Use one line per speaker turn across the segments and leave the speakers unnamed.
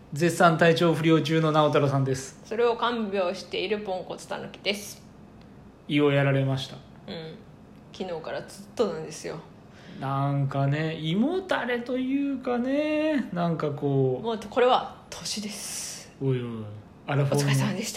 絶賛体調不良中の直太朗さんです。
それを看病しているポンコツたぬきです。
胃をやられました。
昨日からずっとなんですよ。
なんかね、胃もたれというかね、なんかこう、
もうこれは年です。
おいおい、アラフォーの
お疲れ様でした。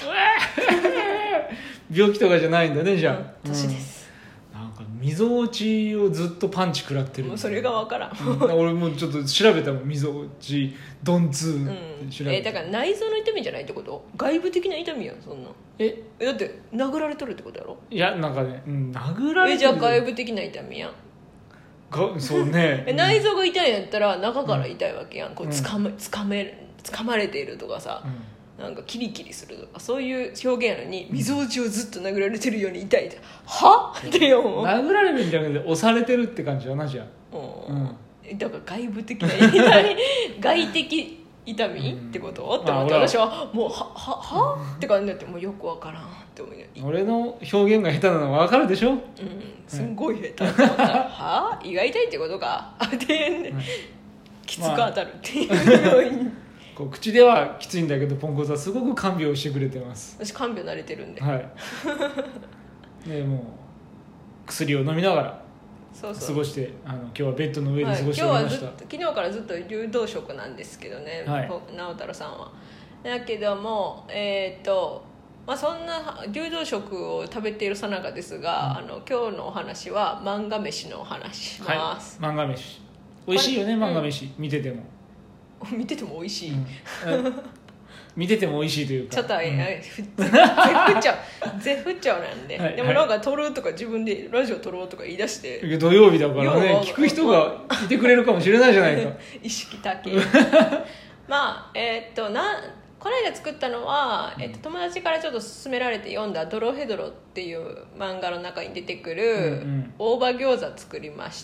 病気とかじゃないんだね、じゃあ。
年です、
なんかみぞおちをずっとパンチ食らってる。
もうそれが分からん、
俺もちょっと調べたもん、みぞおちドンツーって調べた、
だから内臓の痛みじゃないってこと？外部的な痛みやん、そんな。だって殴られとるってことやろ？
いや、なんかね、殴られてる。
じゃあ外部的な痛みやん。
そうね
内臓が痛いんやったら中から痛いわけやん、こう掴まれているとかさ、なんかキリキリするとかそういう表現やのに、みぞおちをずっと殴られてるように痛いってはってよ。
殴られるんじゃなくて押されてるって感じだな、じゃあ。
だから外部的な痛み外的痛みってこと、って思って、私はもうはって感じになって、もうよくわからんって思う。
俺の表現が下手なのは分かるでしょ。
すんごい下手って思ったらは胃が痛いってことかってきつく当たるっていう要因、
こう口ではきついんだけど、ポンコツはすごく看病してくれてます。
私看病慣れてるんで、
でもう薬を飲みながら
そう
過ごして、今日はベッドの上で過ごしておりました。
昨日からずっと流動食なんですけどね、直太朗さんは。だけどもそんな流動食を食べているさなかですが、今日のお話は漫画飯のお話します。
漫画飯美味しいよね、漫画飯。見てても
美味しい、
見てても美味しいというか、
ちょっと絶不調なんで、でもなんか撮るとか自分でラジオ撮ろうとか言い出して、
土曜日だからね、聞く人がいてくれるかもしれないじゃないか。
意識高い。この間作ったのは、友達からちょっと勧められて読んだドロヘドロっていう漫画の中に出てくる大葉餃子作りました。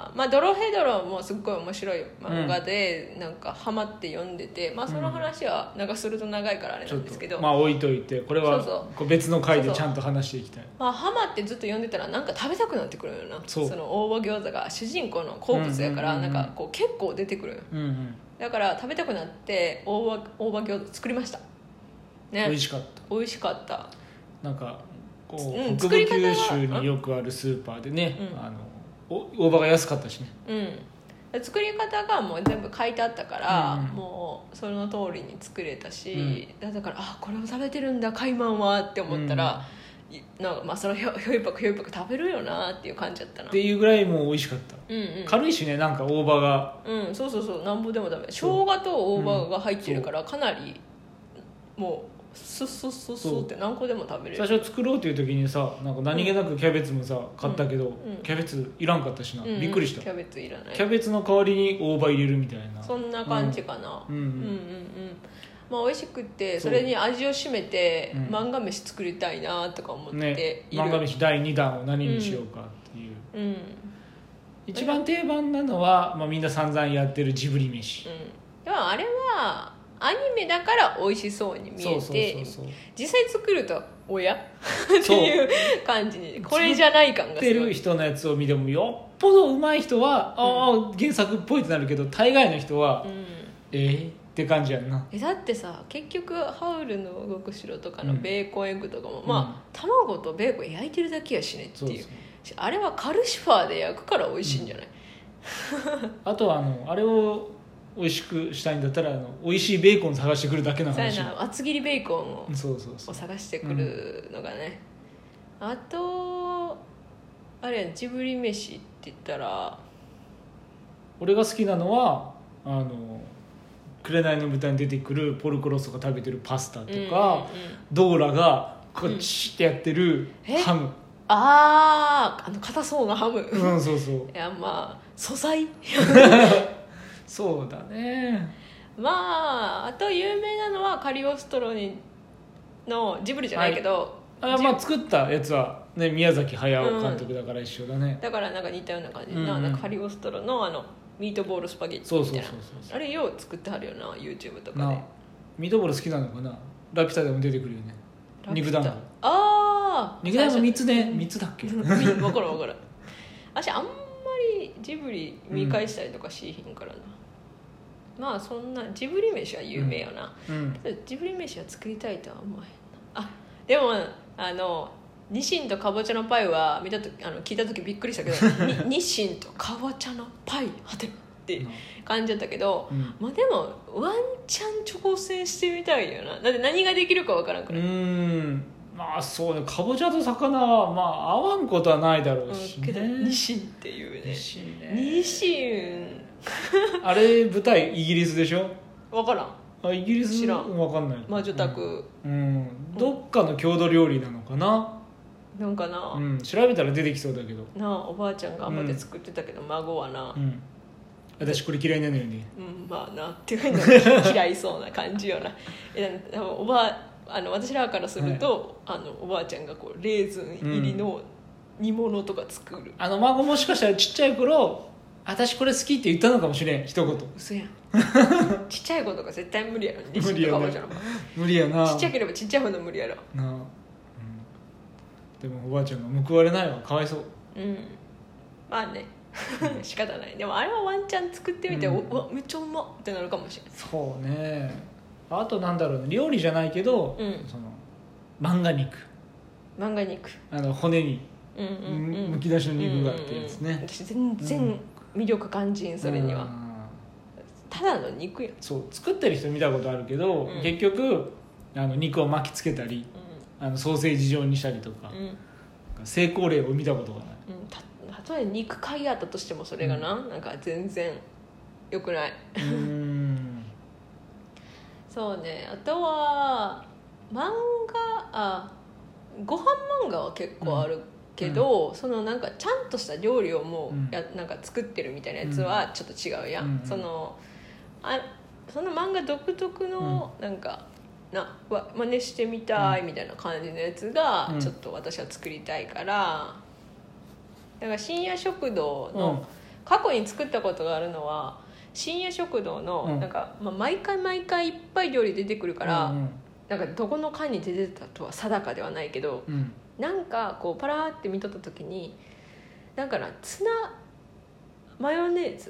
ドロヘドロもすっごい面白い漫画で、なんかハマって読んでて、その話はなんかすると長いからあれなんですけど、
置いといて、これは別の回でちゃんと話していきたい。
ハマってずっと読んでたらなんか食べたくなってくるよな。その大葉餃子が主人公の好物やから、なんかこう結構出てくる。だから食べたくなって大葉餃子作りました、ね、
美味しかった。なんかこう、北部九州によくあるスーパーでね、大葉が安かったしね、
作り方がもう全部書いてあったから、もうその通りに作れたし、だからこれを食べてるんだカイマンはって思ったら、なんかそのひょいぱく食べるよなっていう感じだったな
っていうぐらいもう美味しかった。軽いしね、なんか大葉が
そうなんぼでも食べる。生姜と大葉が入ってるから、かなりもうスッって何個でも食べれる。
最初作ろうという時にさ、なんか何気なくキャベツもさ買ったけど、キャベツいらんかったしな、びっくりした。
キャベツいらない。
キャベツの代わりに大葉入れるみたいな、
そんな感じかな。美味しくって、それに味を占めて漫画飯作りたいなとか思っている、
漫画飯第2弾を何にしようかっていう、一番定番なのは、みんな散々やってるジブリ飯、
でもあれはアニメだから美味しそうに見えて、実際作るとおやっていう感じに、これじゃない感がする。
作ってる人のやつを見てもよっぽど上手い人は、原作っぽいってなるけど、大概の人は、って感じやんな。
だってさ、結局ハウルの動く城とかのベーコンエッグとかも、卵とベーコン焼いてるだけやしねっていう。あれはカルシファーで焼くから美味しいんじゃない？
あとはあれを美味しくしたいんだったら、美味しいベーコンを探してくるだけの話。
そうやな、厚切りベーコンを探してくるのがね。あとあれや、ジブリ飯って言ったら、
俺が好きなのは紅の豚に出てくるポルコロッソが食べてるパスタとか、ドーラがこっちってやってるハム、
硬そうなハム、
そう
いや素材
そうだね。
あと有名なのはカリオストロのジブリじゃないけど、
作ったやつは、ね、宮崎駿監督だから一緒だね、
だからなんか似たような感じで、なんかカリオストロのミートボールスパゲッティみたいな、あれよう作ってはるよな YouTube とかで。ミ
ートボール好きなのかな。ラピュタでも出てくるよね、肉団子。肉団子3つね、3つだっけ。分からん
私あんまりジブリ見返したりとかしひんからな。 まあそんなジブリ飯は有名よな、
うん、
ジブリ飯は作りたいとは思えへんな。あでもニシンとかぼちゃのパイは聞いた時びっくりしたけどニシンとかぼちゃのパイはてって感じだったけど、うん、まあでもワンチャン挑戦してみたいよな。だって何ができるかわからんから
まあそうね、かぼちゃと魚はまあ合わんことはないだろうし、ね、
けどニシンっていうね、ニシン
あれ舞台イギリスでしょ。
分からん。
イギリス
知らん。
分かんない。
魔女宅、
どっかの郷土料理なのかな。
なんかな、
調べたら出てきそうだけど
なあ。おばあちゃん頑張って作ってたけど、孫はな、
私これ嫌いなのよね。
まあなっていう嫌いそうな感じよな。私らからすると、おばあちゃんがこうレーズン入りの煮物とか作る、
孫もしかしたらちっちゃい頃私これ好きって言ったのかもしれん、一言。
嘘やんちっちゃい子とか絶対無理やろ。
無理やな。無理やな。
ちっちゃければちっちゃいほど無理やろ
な、でもおばあちゃんが報われないわ、かわいそう。
まあね仕方ない。でもあれはワンチャン作ってみて、うわめっちゃうまってなるかもしれない。
そうね。あとなんだろうね、料理じゃないけど、その漫画肉骨にむき出しの肉があってやつね。
私全然魅力感じん、それには。ただの肉や。
そう作ってる人見たことあるけど、結局肉を巻きつけたり、ソーセージ状にしたりとか、成功例を見たことがない。
たとえ肉買いあったとしてもそれがなんか全然良くないそうね。あとはご飯漫画は結構あるけど、そのなんかちゃんとした料理をもうなんか作ってるみたいなやつはちょっと違うやん、その漫画独特のなんか真似してみたいみたいな感じのやつがちょっと私は作りたいから、だから深夜食堂の過去に作ったことがあるのは、深夜食堂のなんか、毎回いっぱい料理出てくるから、なんかどこの間に出てたとは定かではないけど、なんかこうパラーって見とった時になんかツナマヨ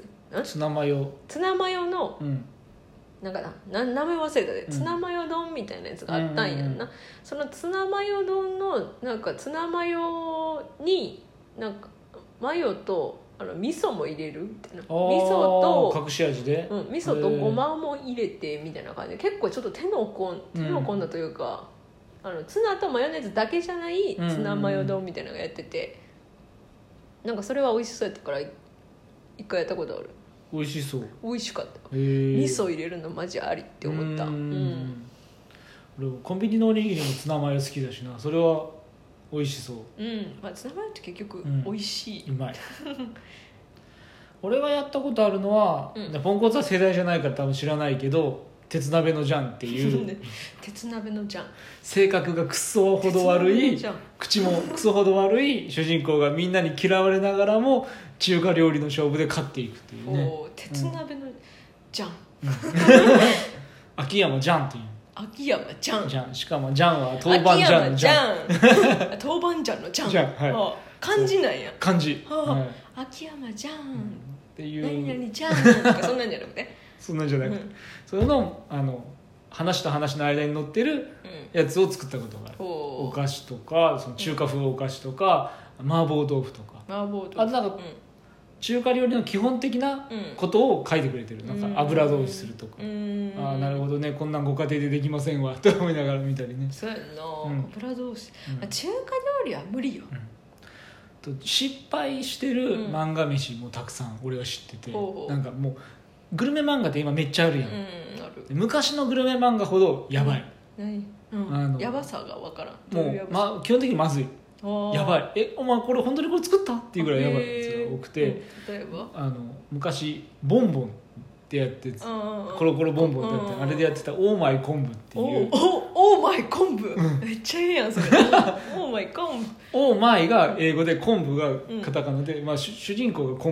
の、なんか名前忘れたで、ツナマヨ丼みたいなやつがあったんやんな、そのツナマヨ丼のなんかツナマヨになんかマヨと味噌も入れるみたいな、味噌と
隠し味で、
味噌とごまも入れてみたいな感じで、結構ちょっと手の込んだというか、ツナとマヨネーズだけじゃないツナマヨ丼みたいなのがやってて、なんかそれは美味しそうやったから一回やったことある。
美味しそう。
美味しかった。味噌入れるのマジありって思った。
俺コンビニのおにぎりもツナマヨ好きだしな、それは美味しそう。
ツナマヨって結局美味しい、
うまい俺がやったことあるのは、ポンコツは世代じゃないから多分知らないけど、鉄鍋のジャンっていう
鉄鍋のジャン、
性格がクソほど悪い、口もクソほど悪い主人公がみんなに嫌われながらも中華料理の勝負で勝っていくっていうね。
鉄鍋のジャン、
秋山ジャンっていう。
秋山ジャン、
しかもジャンは豆板醤のジャン
豆板醤のジャン、漢字なんや。
漢字、
秋山ジャン
っていう
何々ジャンとかそんなんじゃなくて
そんなんじゃなくて、それの話と話の間に載ってるやつを作ったことがある、お菓子とかその中華風お菓子とか、麻婆豆腐とか、あとなんか、中華料理の基本的なことを書いてくれてる、なんか油通しするとか、なるほどね、こんなんご家庭でできませんわと思いながら見たりね。
そうやんな、油通し、中華料理は無理よ、
失敗してる漫画飯もたくさん俺は知ってて、なんかもうグルメ漫画って今めっちゃあるやん、昔のグルメ漫画ほどやばい、
やばさが分からん。
もう、基本的にまずい、やばい、お前これ本当にこれ作ったっていうぐらいやばいやつが多くて、
例えば
昔ボンボンってやってコロコロボンボンってやって、あれでやってたオーマイ昆布っていう、
オーマイ昆布、めっちゃいいやんそれオーマイ昆布、
オーマイが英語で昆布がカタカナで、主人公が昆布なのね。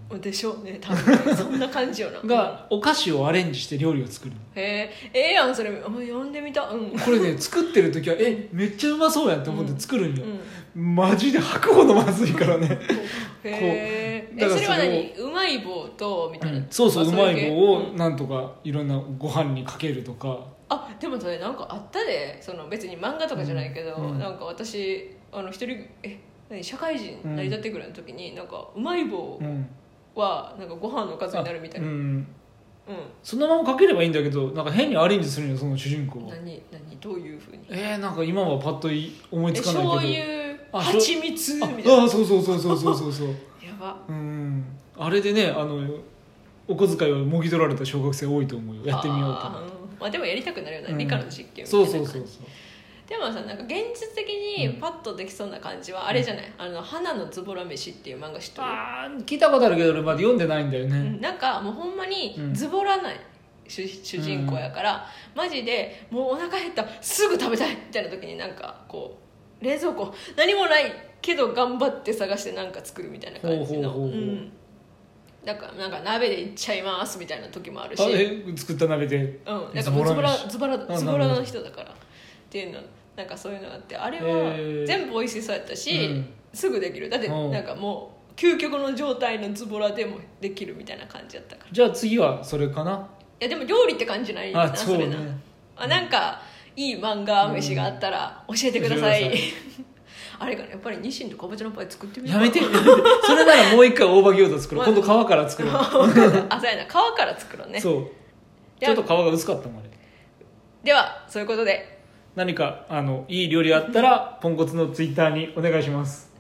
でしょうね多分そんな感じよな
がお菓子をアレンジして料理を作る。
へえやんそれ読んでみた、
これね作ってる時はめっちゃうまそうやんって思って作るんよ、マジで吐くほどまずいからね
へえそれは何うまい棒とみたいな、
そうそううまい棒をなんとかいろんなご飯にかけるとか、
でもそれなんかあったで、その別に漫画とかじゃないけど、なんか私一人社会人成り立ってくるの時に、なんかうまい棒はなんかご飯のおかずになるみたいな、
そのままかければいいんだけど、なんか変にアレンジするんよその主人公は。
どういうふうに
なんか今はパッと思いつかないけど、
醤油蜂蜜みたいな、
そうそう
やば、
あれでねお小遣いをもぎ取られた小学生多いと思うよ。やってみようと。
でもやりたくなるよね、理科の実験みたいな
そう
でもさ、なんか現実的にパッとできそうな感じはあれじゃない、花のズボラ飯っていう漫画知ってる？
聞いたことあるけど俺まだ読んでないんだよね、
なんかもうほんまにズボラない主人公やから、マジでもうお腹減ったすぐ食べたいみたいな時になんかこう冷蔵庫何もないけど頑張って探してなんか作るみたいな感じの、だからなんか鍋でいっちゃいますみたいな時もあるし、
作った鍋で
なんかもうズボラの人だからっていうの、なんかそういうのがあって、あれは全部美味しそうやったし、すぐできる。だってなんかもう究極の状態のズボラでもできるみたいな感じだったから。
じゃあ次はそれかな。
いやでも料理って感じないな、それな。なんかいい漫画飯があったら教えてください。あれかな、やっぱりニシンとかぼちゃのパイ作ってみようかな。
やめてそれならもう一回大葉餃子作ろう、今度皮から作ろう
そうやな、皮から作ろうね。
そうちょっと皮が薄かったもんあれ。
ではそういうことで
何かいい料理あったらポンコツのツイッターにお願いします。